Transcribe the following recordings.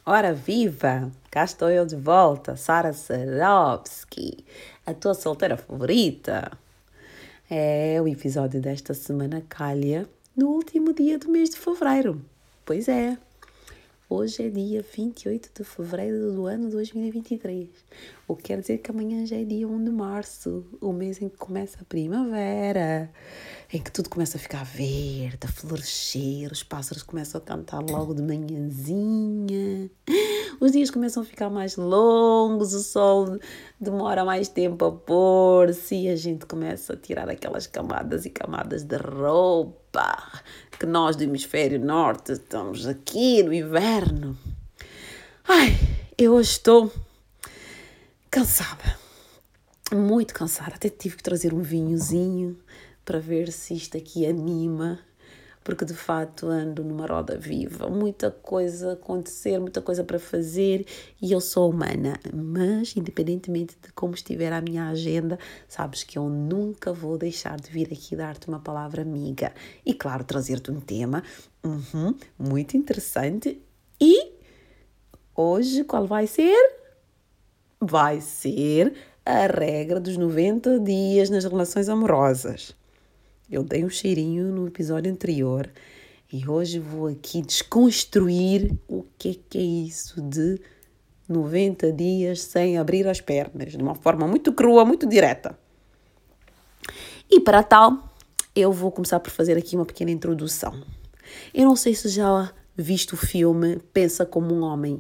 Ora viva! Cá estou eu de volta, Sara Sarowski, a tua solteira favorita. O episódio desta semana calha no último dia do mês de fevereiro. Pois é, hoje é dia 28 de fevereiro do ano 2023. O que quer dizer que amanhã já é dia 1 de março, o mês em que começa a primavera, em que tudo começa a ficar verde, a florescer, os pássaros começam a cantar logo de manhãzinha, os dias começam a ficar mais longos, o sol demora mais tempo a pôr-se e a gente começa a tirar aquelas camadas e camadas de roupa que nós do hemisfério norte estamos aqui no inverno. Eu hoje estou cansada, muito cansada, até tive que trazer um vinhozinho para ver se isto aqui anima, porque de facto ando numa roda viva, muita coisa a acontecer, muita coisa para fazer e eu sou humana, mas independentemente de como estiver a minha agenda, sabes que eu nunca vou deixar de vir aqui dar-te uma palavra amiga e claro, trazer-te um tema muito interessante. E hoje qual vai ser? Vai ser a regra dos 90 dias nas relações amorosas. Eu dei um cheirinho no episódio anterior e hoje vou aqui desconstruir o que é isso de 90 dias sem abrir as pernas, de uma forma muito crua, muito direta. E para tal, eu vou começar por fazer aqui uma pequena introdução. Eu não sei se já viste o filme Pensa como um Homem.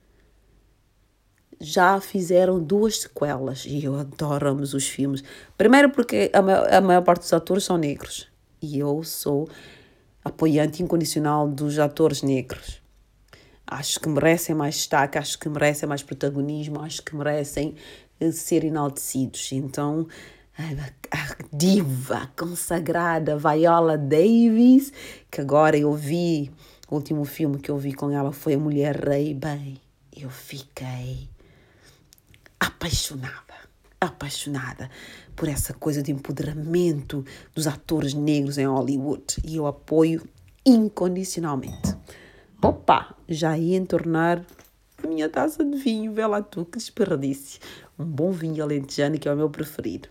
Já fizeram 2 sequelas e eu adoro ambos os filmes. Primeiro porque a maior parte dos atores são negros e eu sou apoiante incondicional dos atores negros. Acho que merecem mais destaque, acho que merecem mais protagonismo, acho que merecem ser enaltecidos. Então, a diva consagrada Viola Davis, que agora eu vi, o último filme que eu vi com ela foi A Mulher Rei, bem, eu fiquei apaixonada por essa coisa de empoderamento dos atores negros em Hollywood e eu apoio incondicionalmente. Opa, já ia entornar a minha taça de vinho, vê lá tu, que desperdício. Um bom vinho alentejano que é o meu preferido.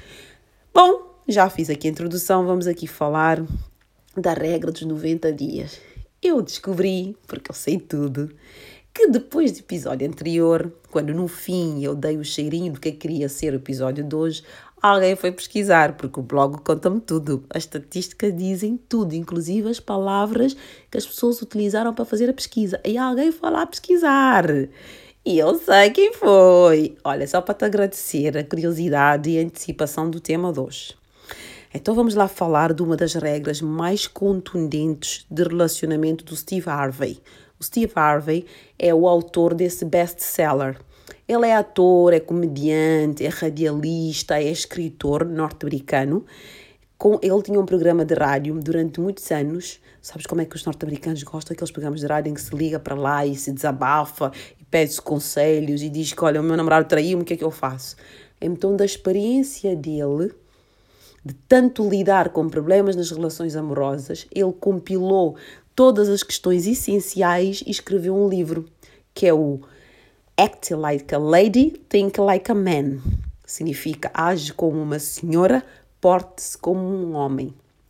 Bom, já fiz aqui a introdução, vamos aqui falar da regra dos 90 dias. Eu descobri, porque eu sei tudo, que depois do episódio anterior, quando no fim eu dei o cheirinho do que queria ser o episódio de hoje, alguém foi pesquisar, porque o blog conta-me tudo. As estatísticas dizem tudo, inclusive as palavras que as pessoas utilizaram para fazer a pesquisa. E alguém foi lá pesquisar. E eu sei quem foi. Olha, só para te agradecer a curiosidade e a antecipação do tema de hoje. Então vamos lá falar de uma das regras mais contundentes de relacionamento do Steve Harvey. O Steve Harvey é o autor desse best-seller. Ele é ator, é comediante, é radialista, é escritor norte-americano. Ele tinha um programa de rádio durante muitos anos. Sabes como é que os norte-americanos gostam daqueles programas de rádio em que se liga para lá e se desabafa e pede conselhos e diz que, olha, o meu namorado traiu-me, o que é que eu faço? Então, da experiência dele, de tanto lidar com problemas nas relações amorosas, ele compilou todas as questões essenciais e escreveu um livro, que é o Act Like a Lady, Think Like a Man. Significa, age como uma senhora, porte-se como um homem.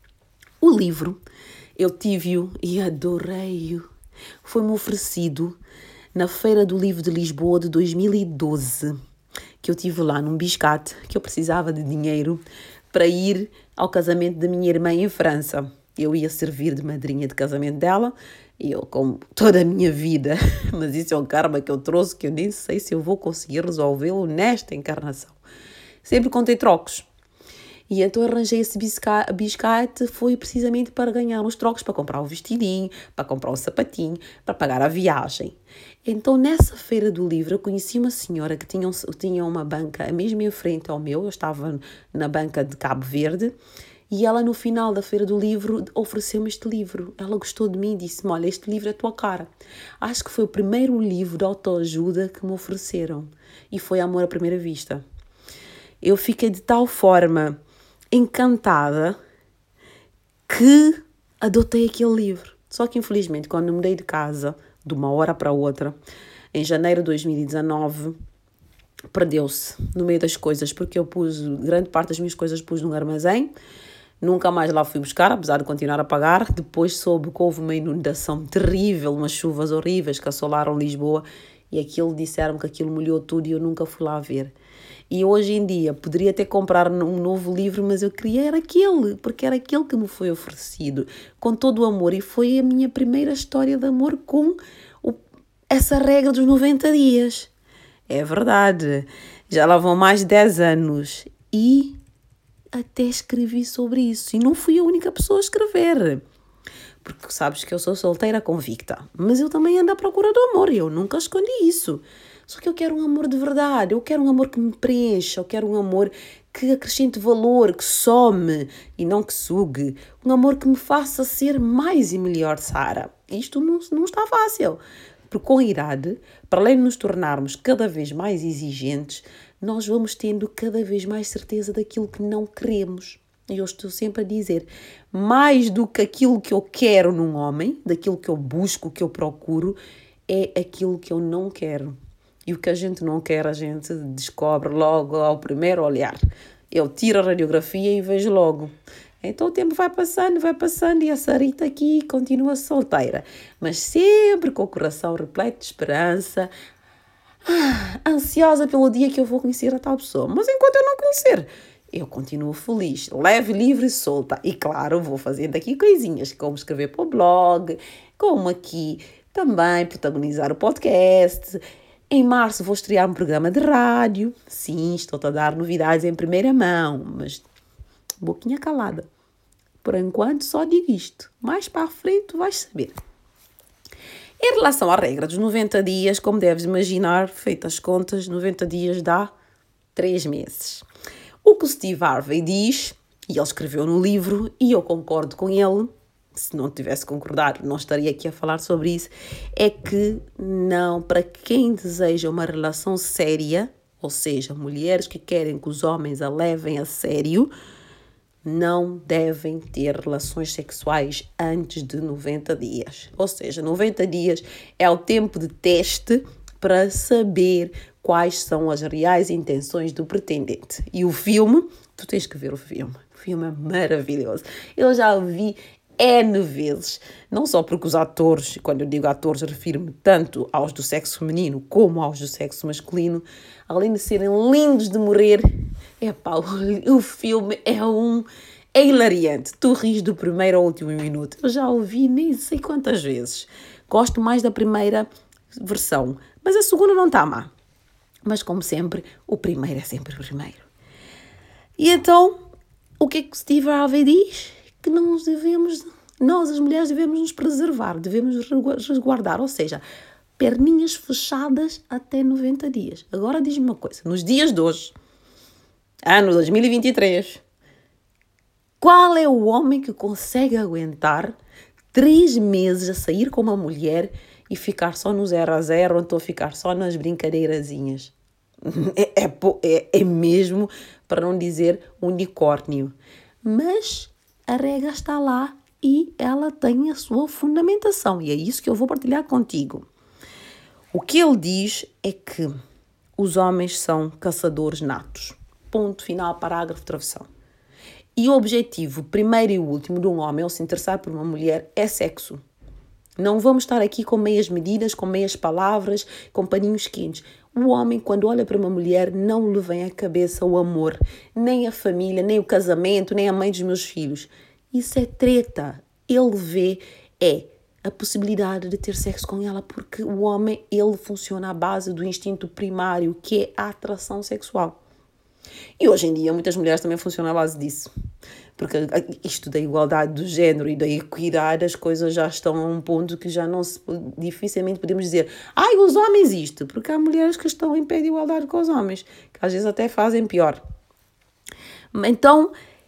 O livro, eu tive-o e adorei-o. Foi-me oferecido na Feira do Livro de Lisboa de 2012, que eu tive lá num biscate, que eu precisava de dinheiro para ir ao casamento da minha irmã em França. Eu ia servir de madrinha de casamento dela, e eu, como toda a minha vida, mas isso é um karma que eu trouxe, que eu nem sei se eu vou conseguir resolvê-lo nesta encarnação. Sempre contei trocos. E então arranjei esse biscate, foi precisamente para ganhar os trocos, para comprar o vestidinho, para comprar o sapatinho, para pagar a viagem. Então, nessa feira do livro, eu conheci uma senhora que tinha uma banca mesmo em frente ao meu, eu estava na banca de Cabo Verde, e ela, no final da Feira do Livro, ofereceu-me este livro. Ela gostou de mim e disse-me, olha, este livro é a tua cara. Acho que foi o primeiro livro de autoajuda que me ofereceram. E foi Amor à Primeira Vista. Eu fiquei de tal forma encantada que adotei aquele livro. Só que, infelizmente, quando mudei de casa, de uma hora para outra. Em janeiro de 2019, perdeu-se no meio das coisas, porque eu pus, grande parte das minhas coisas pus num armazém, nunca mais lá fui buscar, apesar de continuar a pagar. Depois soube que houve uma inundação terrível, umas chuvas horríveis que assolaram Lisboa, e disseram-me que aquilo molhou tudo e eu nunca fui lá ver. E hoje em dia poderia até comprar um novo livro, mas eu queria era aquele, porque era aquele que me foi oferecido, com todo o amor, e foi a minha primeira história de amor com essa regra dos 90 dias. É verdade, já lá vão mais de 10 anos e até escrevi sobre isso. E não fui a única pessoa a escrever, porque sabes que eu sou solteira convicta, mas eu também ando à procura do amor e eu nunca escondi isso. Só que eu quero um amor de verdade, eu quero um amor que me preencha, eu quero um amor que acrescente valor, que some e não que sugue. Um amor que me faça ser mais e melhor Sara. Isto não está fácil. Porque com a idade, para além de nos tornarmos cada vez mais exigentes, nós vamos tendo cada vez mais certeza daquilo que não queremos. E eu estou sempre a dizer, mais do que aquilo que eu quero num homem, daquilo que eu busco, que eu procuro, é aquilo que eu não quero. E o que a gente não quer, a gente descobre logo ao primeiro olhar. Eu tiro a radiografia e vejo logo. Então o tempo vai passando e a Sarita aqui continua solteira. Mas sempre com o coração repleto de esperança, ansiosa pelo dia que eu vou conhecer a tal pessoa. Mas enquanto eu não conhecer, eu continuo feliz, leve, livre e solta. E claro, vou fazendo aqui coisinhas, como escrever para o blog, como aqui também protagonizar o podcast. Em março vou estrear um programa de rádio. Sim, estou-te a dar novidades em primeira mão, mas boquinha calada. Por enquanto só digo isto. Mais para a frente tu vais saber. Em relação à regra dos 90 dias, como deves imaginar, feitas as contas, 90 dias dá 3 meses. O que o Steve Harvey diz, e ele escreveu no livro, e eu concordo com ele, se não tivesse concordado, não estaria aqui a falar sobre isso, é que não, para quem deseja uma relação séria, ou seja, mulheres que querem que os homens a levem a sério, não devem ter relações sexuais antes de 90 dias. Ou seja, 90 dias é o tempo de teste para saber quais são as reais intenções do pretendente. E o filme, tu tens que ver o filme. O filme é maravilhoso. Eu já o vi N vezes. Não só porque os atores, quando eu digo atores, refiro-me tanto aos do sexo feminino como aos do sexo masculino, além de serem lindos de morrer, o filme é hilariante. Tu ris do primeiro ao último minuto. Eu já o vi nem sei quantas vezes. Gosto mais da primeira versão, mas a segunda não está má. Mas como sempre, o primeiro é sempre o primeiro. E então, o que é que o Steve Harvey diz? Que nós as mulheres devemos nos preservar, devemos nos resguardar, ou seja, perninhas fechadas até 90 dias. Agora diz-me uma coisa, nos dias de hoje, ano 2023, qual é o homem que consegue aguentar 3 meses a sair com uma mulher e ficar só no 0 a 0, ou então ficar só nas brincadeirazinhas? É mesmo, para não dizer unicórnio. Mas a regra está lá e ela tem a sua fundamentação. E é isso que eu vou partilhar contigo. O que ele diz é que os homens são caçadores natos. Ponto final, parágrafo, travessão. E o objetivo, primeiro e último, de um homem ao se interessar por uma mulher é sexo. Não vamos estar aqui com meias medidas, com meias palavras, com paninhos quentes. O homem, quando olha para uma mulher, não lhe vem à cabeça o amor, nem a família, nem o casamento, nem a mãe dos meus filhos. Isso é treta. Ele vê a possibilidade de ter sexo com ela, porque o homem, ele funciona à base do instinto primário, que é a atração sexual. E hoje em dia muitas mulheres também funcionam à base disso. Porque isto da igualdade do género e da equidade, as coisas já estão a um ponto que já dificilmente podemos dizer os homens isto, porque há mulheres que estão em pé de igualdade com os homens, que às vezes até fazem pior. Então,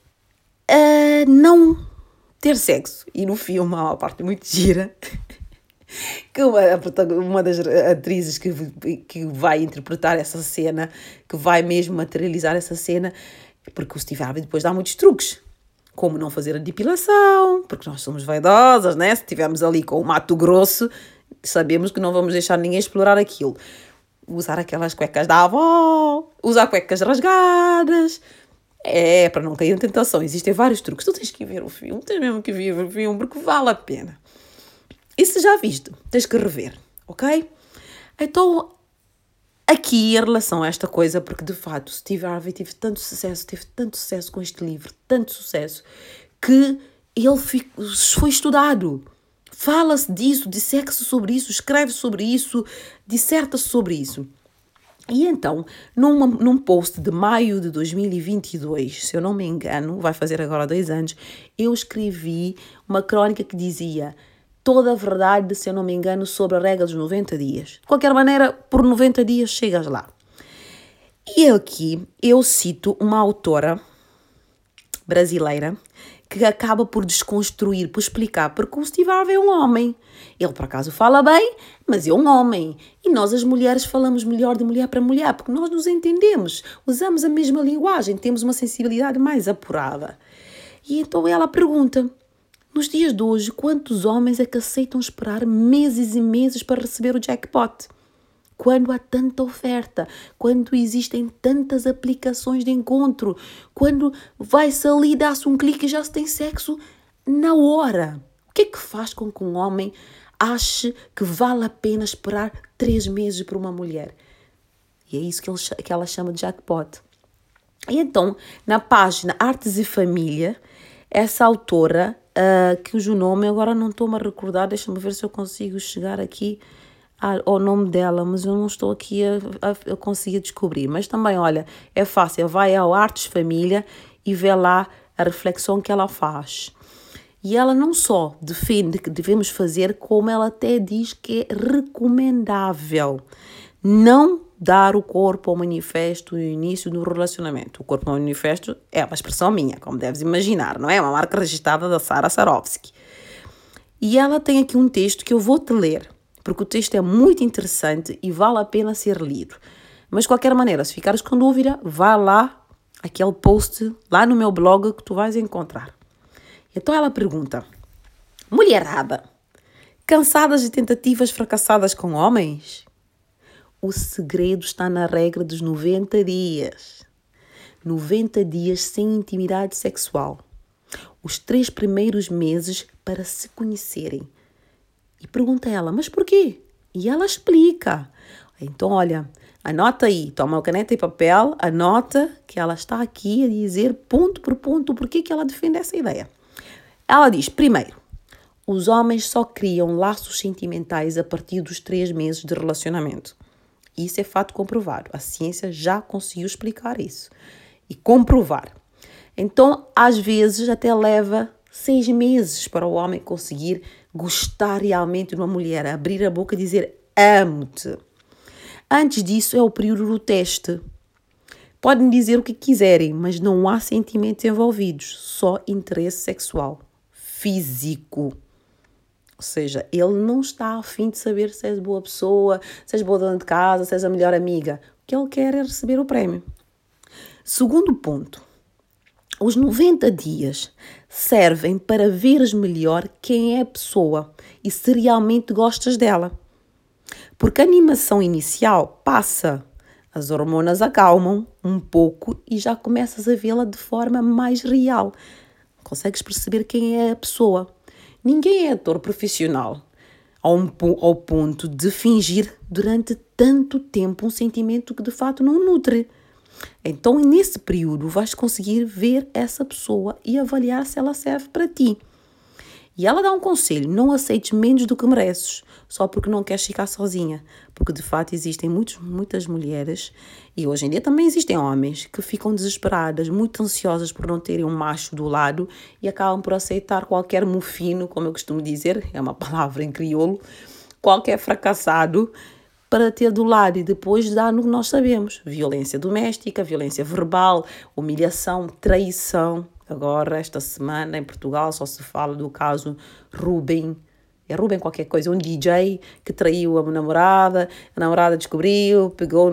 não ter sexo. E no filme há uma parte muito gira, que uma das atrizes que vai interpretar essa cena, que vai mesmo materializar essa cena, porque o Steve Harvey depois dá muitos truques. Como não fazer a depilação, porque nós somos vaidosas, né? Se estivermos ali com o Mato Grosso, sabemos que não vamos deixar ninguém explorar aquilo. Usar aquelas cuecas da avó, usar cuecas rasgadas. Para não cair em tentação. Existem vários truques. Tu tens que ver o filme, tens mesmo que ver o filme, porque vale a pena. E se já viste, tens que rever, ok? Então, aqui em relação a esta coisa, porque de facto Steve Harvey teve tanto sucesso com este livro, tanto sucesso, que ele foi estudado. Fala-se disso, disseca-se sobre isso, escreve sobre isso, disserta-se sobre isso. E então, num post de maio de 2022, se eu não me engano, vai fazer agora 2 anos, eu escrevi uma crónica que dizia toda a verdade, se eu não me engano, sobre a regra dos 90 dias. De qualquer maneira, por 90 dias chegas lá. E aqui eu cito uma autora brasileira que acaba por desconstruir, por explicar, porque o Steve Harvey é um homem. Ele, por acaso, fala bem, mas é um homem. E nós, as mulheres, falamos melhor de mulher para mulher, porque nós nos entendemos, usamos a mesma linguagem, temos uma sensibilidade mais apurada. E então ela pergunta, nos dias de hoje, quantos homens é que aceitam esperar meses e meses para receber o jackpot? Quando há tanta oferta, quando existem tantas aplicações de encontro, quando vai-se ali, dá-se um clique e já se tem sexo na hora. O que é que faz com que um homem ache que vale a pena esperar 3 meses por uma mulher? E é isso que ela chama de jackpot. E então, na página Artes e Família, essa autora, cujo nome agora não estou-me a recordar, deixa-me ver se eu consigo chegar aqui ao nome dela, mas eu não estou aqui a conseguir descobrir. Mas também, olha, é fácil, vai ao Artes Família e vê lá a reflexão que ela faz. E ela não só defende que devemos fazer, como ela até diz que é recomendável não dar o corpo ao manifesto no início do relacionamento. O corpo ao manifesto é uma expressão minha, como deves imaginar, não é? Uma marca registrada da Sara Sarovsky. E ela tem aqui um texto que eu vou te ler, porque o texto é muito interessante e vale a pena ser lido. Mas, de qualquer maneira, se ficares com dúvida, vá lá, aquele post, lá no meu blog que tu vais encontrar. Então ela pergunta, mulherada, cansadas de tentativas fracassadas com homens? O segredo está na regra dos 90 dias. 90 dias sem intimidade sexual. Os 3 primeiros meses para se conhecerem. E pergunta ela, mas porquê? E ela explica. Então, olha, anota aí, toma caneta e papel, anota que ela está aqui a dizer ponto por ponto porquê que ela defende essa ideia. Ela diz, primeiro, os homens só criam laços sentimentais a partir dos 3 meses de relacionamento. Isso é fato comprovado. A ciência já conseguiu explicar isso. E comprovar. Então, às vezes, até leva 6 meses para o homem conseguir gostar realmente de uma mulher, abrir a boca e dizer amo-te. Antes disso é o período do teste. Podem dizer o que quiserem, mas não há sentimentos envolvidos, só interesse sexual, físico. Ou seja, ele não está a fim de saber se és boa pessoa, se és boa dona de casa, se és a melhor amiga. O que ele quer é receber o prémio. Segundo ponto. Os 90 dias servem para veres melhor quem é a pessoa e se realmente gostas dela. Porque a animação inicial passa, as hormonas acalmam um pouco e já começas a vê-la de forma mais real. Consegues perceber quem é a pessoa. Ninguém é ator profissional ao ponto de fingir durante tanto tempo um sentimento que de fato não nutre. Então, nesse período, vais conseguir ver essa pessoa e avaliar se ela serve para ti. E ela dá um conselho, não aceites menos do que mereces, só porque não queres ficar sozinha. Porque, de fato, existem muitas mulheres, e hoje em dia também existem homens, que ficam desesperadas, muito ansiosas por não terem um macho do lado e acabam por aceitar qualquer mofino, como eu costumo dizer, é uma palavra em crioulo, qualquer fracassado, para ter do lado e depois dar no que nós sabemos. Violência doméstica, violência verbal, humilhação, traição. Agora, esta semana, em Portugal, só se fala do caso Rubem. É Rubem qualquer coisa, um DJ que traiu a namorada descobriu, pegou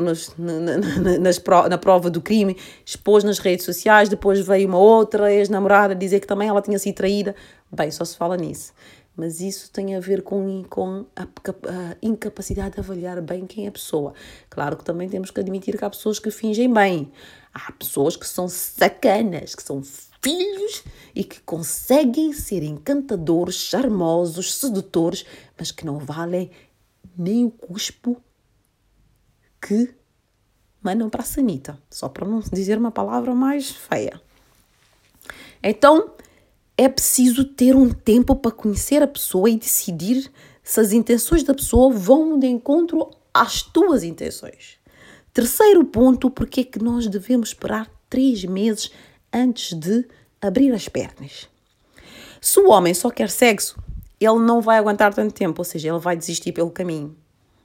na prova do crime, expôs nas redes sociais, depois veio uma outra ex-namorada dizer que também ela tinha sido traída. Bem, só se fala nisso. Mas isso tem a ver com a incapacidade de avaliar bem quem é a pessoa. Claro que também temos que admitir que há pessoas que fingem bem. Há pessoas que são sacanas, que são filhos e que conseguem ser encantadores, charmosos, sedutores, mas que não valem nem o cuspo que mandam para a sanita. Só para não dizer uma palavra mais feia. Então, é preciso ter um tempo para conhecer a pessoa e decidir se as intenções da pessoa vão de encontro às tuas intenções. Terceiro ponto, porque é que nós devemos esperar 3 meses antes de abrir as pernas. Se o homem só quer sexo, ele não vai aguentar tanto tempo, ou seja, ele vai desistir pelo caminho.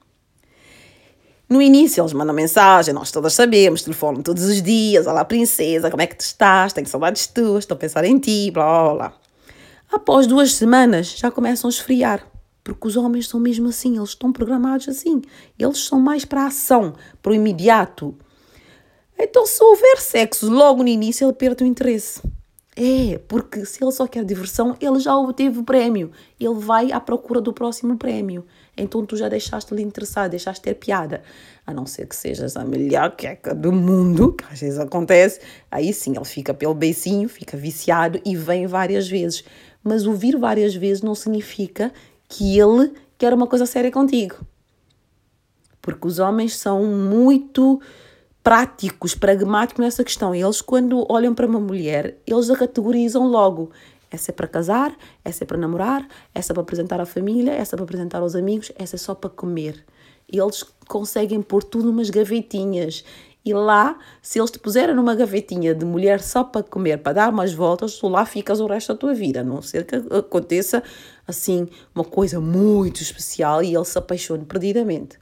No início eles mandam mensagem, nós todas sabemos, telefonam todos os dias, olá princesa, como é que tu estás? Tenho saudades tuas, estou a pensar em ti, blá blá blá. Após 2 semanas já começam a esfriar, porque os homens são mesmo assim, eles estão programados assim, eles são mais para a ação, para o imediato. Então se houver sexo logo no início ele perde o interesse. Porque se ele só quer diversão, ele já obteve o prémio. Ele vai à procura do próximo prémio. Então tu já deixaste-lhe interessado, deixaste ter piada. A não ser que sejas a melhor queca do mundo, que às vezes acontece. Aí sim, ele fica pelo beicinho, fica viciado e vem várias vezes. Mas o vir várias vezes não significa que ele quer uma coisa séria contigo. Porque os homens são muito práticos, pragmáticos nessa questão. Eles, quando olham para uma mulher, eles a categorizam logo. Essa é para casar, essa é para namorar, essa é para apresentar à família, essa é para apresentar aos amigos, essa é só para comer. Eles conseguem pôr tudo numas gavetinhas. E lá, se eles te puserem numa gavetinha de mulher só para comer, para dar umas voltas, tu lá ficas o resto da tua vida. A não ser que aconteça, assim, uma coisa muito especial e ele se apaixone perdidamente.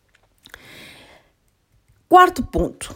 Quarto ponto.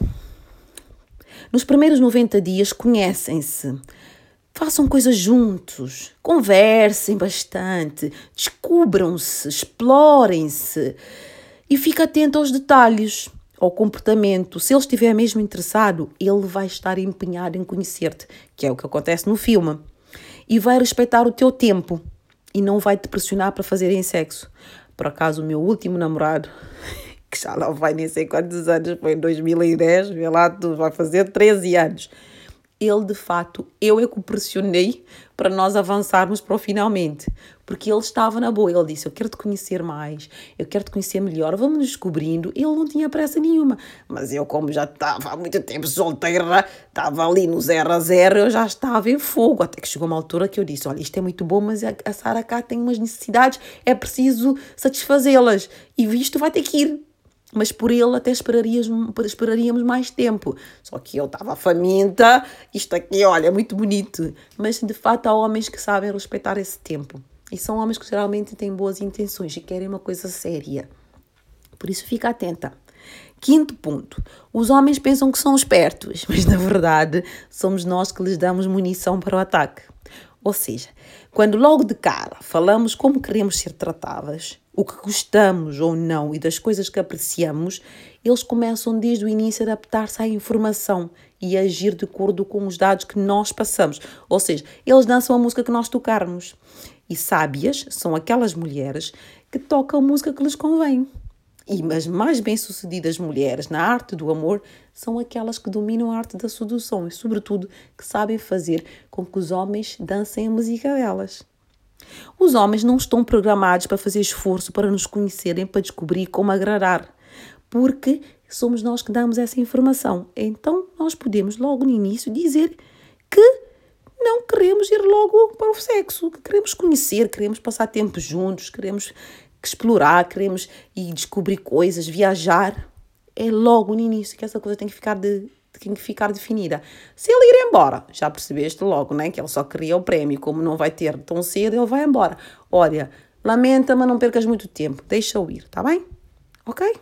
Nos primeiros 90 dias conhecem-se, façam coisas juntos, conversem bastante, descubram-se, explorem-se e fique atento aos detalhes, ao comportamento. Se ele estiver mesmo interessado, ele vai estar empenhado em conhecer-te, que é o que acontece no filme, e vai respeitar o teu tempo e não vai te pressionar para fazerem sexo. Por acaso, o meu último namorado, que já lá vai nem sei quantos anos, foi em 2010, vê lá, tu vai fazer 13 anos. Ele, de fato, eu é que o pressionei para nós avançarmos para o finalmente. Porque ele estava na boa. Ele disse, eu quero te conhecer mais, eu quero te conhecer melhor, vamos nos descobrindo. Ele não tinha pressa nenhuma. Mas eu, como já estava há muito tempo solteira, estava ali no 0 a 0, eu já estava em fogo. Até que chegou uma altura que eu disse, olha, isto é muito bom, mas a Sara cá tem umas necessidades, é preciso satisfazê-las. E isto vai ter que ir. Mas por ele até esperaríamos mais tempo. Só que eu estava faminta. Isto aqui, olha, é muito bonito. Mas, de fato, há homens que sabem respeitar esse tempo. E são homens que geralmente têm boas intenções e querem uma coisa séria. Por isso, fica atenta. Quinto ponto. Os homens pensam que são espertos, mas, na verdade, somos nós que lhes damos munição para o ataque. Ou seja, quando logo de cara falamos como queremos ser tratadas, o que gostamos ou não e das coisas que apreciamos, eles começam desde o início a adaptar-se à informação e a agir de acordo com os dados que nós passamos. Ou seja, eles dançam a música que nós tocarmos. E sábias são aquelas mulheres que tocam a música que lhes convém. E as mais bem-sucedidas mulheres na arte do amor são aquelas que dominam a arte da sedução e, sobretudo, que sabem fazer com que os homens dancem a música delas. Os homens não estão programados para fazer esforço para nos conhecerem, para descobrir como agradar, porque somos nós que damos essa informação. Então, nós podemos logo no início dizer que não queremos ir logo para o sexo, que queremos conhecer, queremos passar tempo juntos, queremos explorar, queremos ir descobrir coisas, viajar. É logo no início que essa coisa tem que ficar definida. Se ele ir embora, já percebeste logo, né? Que ele só queria o prémio, como não vai ter tão cedo, ele vai embora. Olha, lamenta, mas não percas muito tempo, deixa-o ir, tá bem? Ok?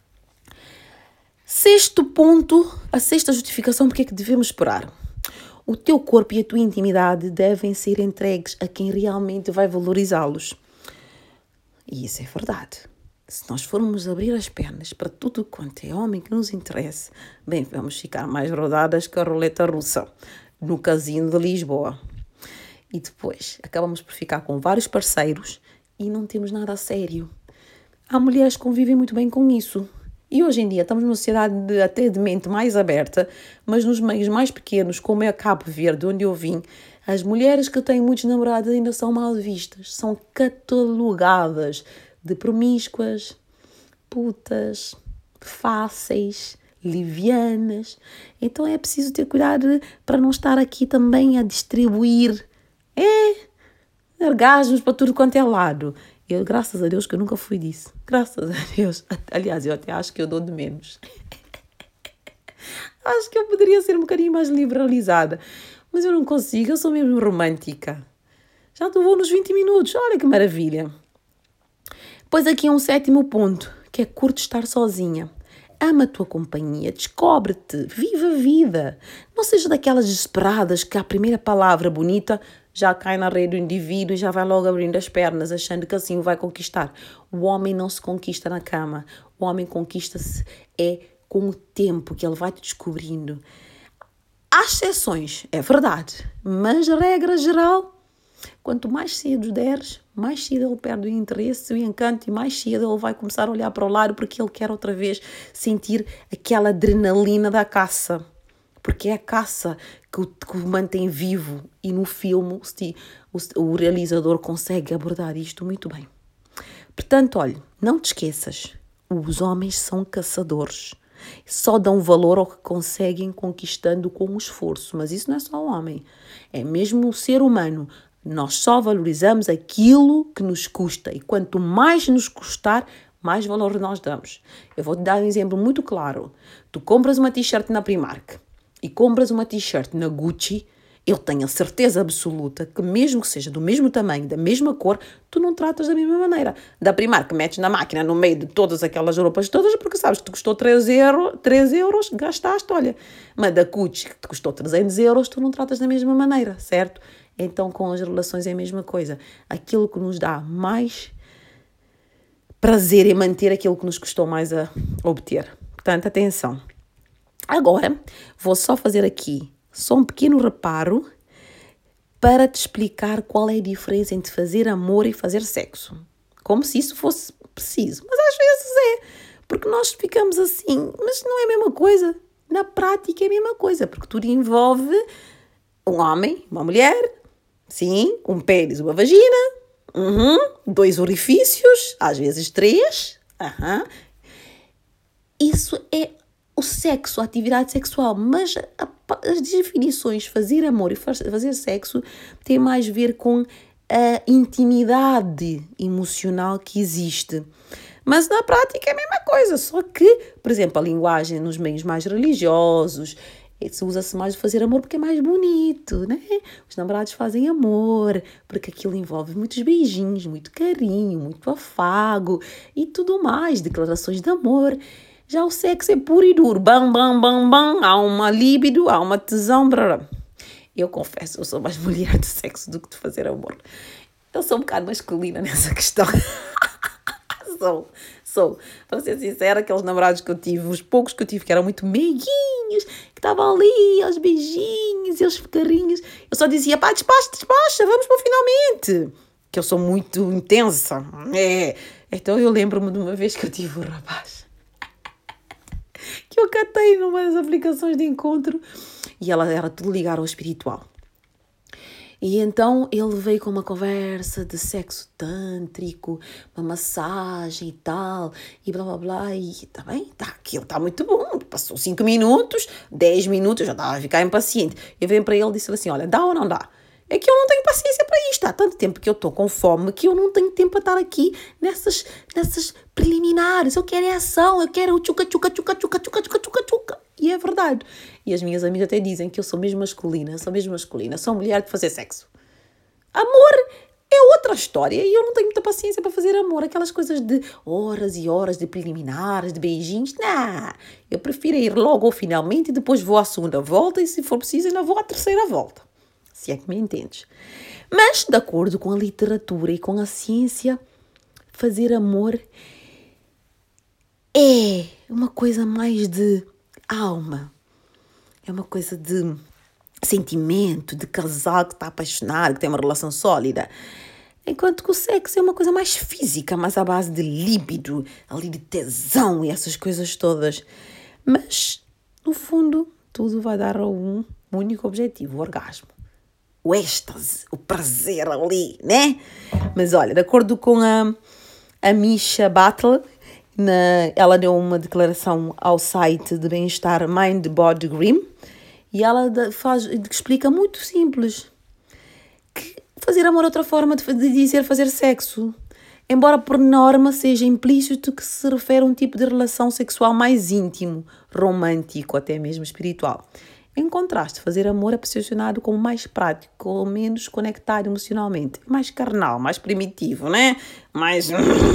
Sexto ponto, a sexta justificação porque é que devemos esperar. O teu corpo e a tua intimidade devem ser entregues a quem realmente vai valorizá-los. E isso é verdade. Se nós formos abrir as pernas para tudo quanto é homem que nos interesse, bem, vamos ficar mais rodadas que a roleta russa no casino de Lisboa. E depois acabamos por ficar com vários parceiros e não temos nada a sério. Há mulheres que convivem muito bem com isso. E hoje em dia estamos numa sociedade até de mente mais aberta, mas nos meios mais pequenos, como é Cabo Verde, onde eu vim, as mulheres que têm muitos namorados ainda são mal vistas, são catalogadas de promíscuas, putas, fáceis, livianas. Então é preciso ter cuidado para não estar aqui também a distribuir orgasmos para tudo quanto é lado. Eu, graças a Deus que eu nunca fui disso. Graças a Deus. Aliás, eu até acho que eu dou de menos. Acho que eu poderia ser um bocadinho mais liberalizada. Mas eu não consigo, eu sou mesmo romântica. Já vou nos 20 minutos, olha que maravilha. Pois aqui é um sétimo ponto, que é curto estar sozinha. Ama a tua companhia, descobre-te, viva a vida. Não seja daquelas desesperadas que a primeira palavra bonita já cai na rede do indivíduo e já vai logo abrindo as pernas, achando que assim o vai conquistar. O homem não se conquista na cama. O homem conquista-se com o tempo que ele vai te descobrindo. Há exceções, é verdade, mas regra geral, quanto mais cedo deres, mais cedo ele perde o interesse, o encanto, e mais cedo ele vai começar a olhar para o lado porque ele quer outra vez sentir aquela adrenalina da caça. Porque é a caça que o mantém vivo, e no filme o realizador consegue abordar isto muito bem. Portanto, olha, não te esqueças, os homens são caçadores. Só dão valor ao que conseguem conquistando com o esforço. Mas isso não é só o homem, é mesmo o ser humano. Nós só valorizamos aquilo que nos custa. E quanto mais nos custar, mais valor nós damos. Eu vou-te dar um exemplo muito claro. Tu compras uma t-shirt na Primark e compras uma t-shirt na Gucci, eu tenho a certeza absoluta que mesmo que seja do mesmo tamanho, da mesma cor, tu não tratas da mesma maneira. Da Primark, metes na máquina no meio de todas aquelas roupas todas, porque sabes que te custou 3 euros, gastaste, olha. Mas da Gucci, que te custou 300 euros, tu não tratas da mesma maneira, certo? Então com as relações é a mesma coisa. Aquilo que nos dá mais prazer em manter aquilo que nos custou mais a obter. Portanto, atenção. Agora, vou só fazer aqui só um pequeno reparo para te explicar qual é a diferença entre fazer amor e fazer sexo. Como se isso fosse preciso. Mas às vezes é. Porque nós ficamos assim, mas não é a mesma coisa. Na prática é a mesma coisa. Porque tudo envolve um homem, uma mulher, sim, um pênis, uma vagina, 2 orifícios, às vezes 3. Isso é o sexo, a atividade sexual, mas as definições fazer amor e fazer sexo tem mais a ver com a intimidade emocional que existe. Mas na prática é a mesma coisa, só que, por exemplo, a linguagem nos meios mais religiosos, usa-se mais de fazer amor porque é mais bonito, né? Os namorados fazem amor, porque aquilo envolve muitos beijinhos, muito carinho, muito afago e tudo mais, declarações de amor. Já o sexo é puro e duro, bam, bam, bam, bam, há uma libido, há uma tesão, blá. Eu confesso, eu sou mais mulher de sexo do que de fazer amor. Eu sou um bocado masculina nessa questão. Sou. Para ser sincera, aqueles namorados que eu tive, os poucos que eu tive, que eram muito meiguinhos, que estavam ali, aos beijinhos e aos carinhos, eu só dizia, pá, despacha, vamos para finalmente. Que eu sou muito intensa. Então eu lembro-me de uma vez que eu tive um rapaz que eu catei numa das aplicações de encontro e ela era tudo ligado ao espiritual. E então ele veio com uma conversa de sexo tântrico, uma massagem e tal, e blá blá blá, e está bem, aquilo está muito bom. Passou 5 minutos, 10 minutos, eu já estava a ficar impaciente. Eu venho para ele e disse assim, olha, dá ou não dá? É que eu não tenho paciência para isto. Há tanto tempo que eu estou com fome que eu não tenho tempo para estar aqui nessas preliminares. Eu quero ação, eu quero o tchuca. E é verdade. E as minhas amigas até dizem que eu sou mesmo masculina, sou mulher de fazer sexo. Amor é outra história e eu não tenho muita paciência para fazer amor. Aquelas coisas de horas e horas de preliminares, de beijinhos. Não, eu prefiro ir logo ao finalmente e depois vou à segunda volta e se for preciso ainda vou à terceira volta. Se é que me entendes. Mas, de acordo com a literatura e com a ciência, fazer amor é uma coisa mais de alma. É uma coisa de sentimento de casal que está apaixonado, que tem uma relação sólida. Enquanto que o sexo é uma coisa mais física, mais à base de líbido, ali de tesão e essas coisas todas. Mas, no fundo, tudo vai dar a um único objetivo, o orgasmo. O êxtase, o prazer ali, né? Mas olha, de acordo com a Misha Battle, ela deu uma declaração ao site de bem-estar Mind Body Green e ela explica muito simples que fazer amor é outra forma de dizer fazer sexo. Embora por norma seja implícito que se refere a um tipo de relação sexual mais íntimo, romântico, até mesmo espiritual. Em contraste, fazer amor é posicionado como mais prático, ou menos conectado emocionalmente, mais carnal, mais primitivo, né? Mais...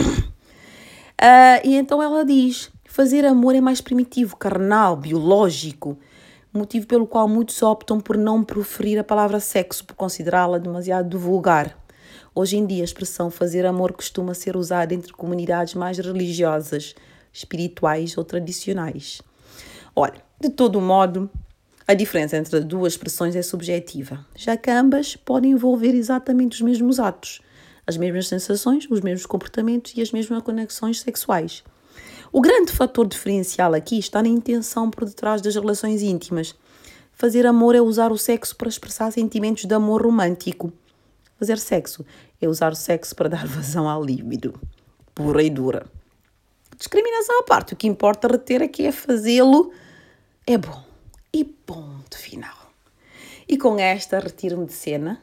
e então ela diz, fazer amor é mais primitivo, carnal, biológico, motivo pelo qual muitos optam por não proferir a palavra sexo, por considerá-la demasiado vulgar. Hoje em dia, a expressão fazer amor costuma ser usada entre comunidades mais religiosas, espirituais ou tradicionais. Olha, de todo modo, a diferença entre as duas expressões é subjetiva, já que ambas podem envolver exatamente os mesmos atos, as mesmas sensações, os mesmos comportamentos e as mesmas conexões sexuais. O grande fator diferencial aqui está na intenção por detrás das relações íntimas. Fazer amor é usar o sexo para expressar sentimentos de amor romântico. Fazer sexo é usar o sexo para dar vazão ao líbido. Pura e dura. Discriminação à parte, o que importa reter é que fazê-lo é bom. E ponto final. E com esta, retiro-me de cena.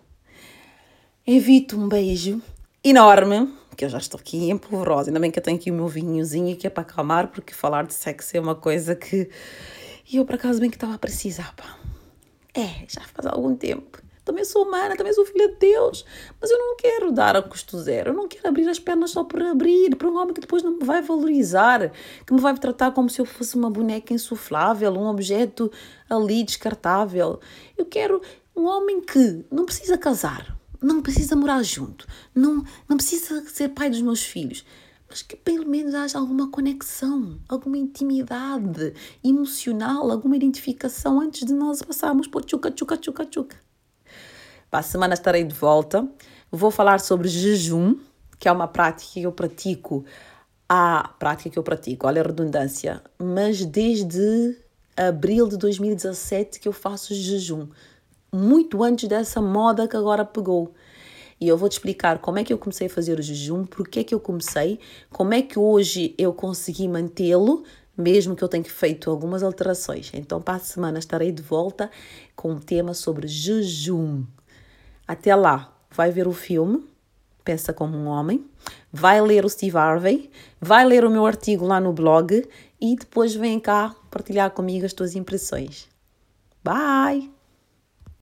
Evito um beijo enorme, que eu já estou aqui empolvorosa. Ainda bem que eu tenho aqui o meu vinhozinho que é para acalmar, porque falar de sexo é uma coisa que eu, por acaso, bem que estava a precisar, pá. Já faz algum tempo. Também sou humana, também sou filha de Deus, mas eu não quero dar a custo zero, eu não quero abrir as pernas só por abrir, para um homem que depois não me vai valorizar, que me vai tratar como se eu fosse uma boneca insuflável, um objeto ali descartável. Eu quero um homem que não precisa casar, não precisa morar junto, não precisa ser pai dos meus filhos, mas que pelo menos haja alguma conexão, alguma intimidade emocional, alguma identificação antes de nós passarmos por tchuca. Para a semana estarei de volta. Vou falar sobre jejum, que é uma prática que eu pratico. Olha a redundância. Mas desde abril de 2017 que eu faço jejum. Muito antes dessa moda que agora pegou. E eu vou-te explicar como é que eu comecei a fazer o jejum, porque é que eu comecei, como é que hoje eu consegui mantê-lo, mesmo que eu tenha feito algumas alterações. Então, para a semana estarei de volta com um tema sobre jejum. Até lá, vai ver o filme, Pensa como um Homem, vai ler o Steve Harvey, vai ler o meu artigo lá no blog e depois vem cá partilhar comigo as tuas impressões. Bye!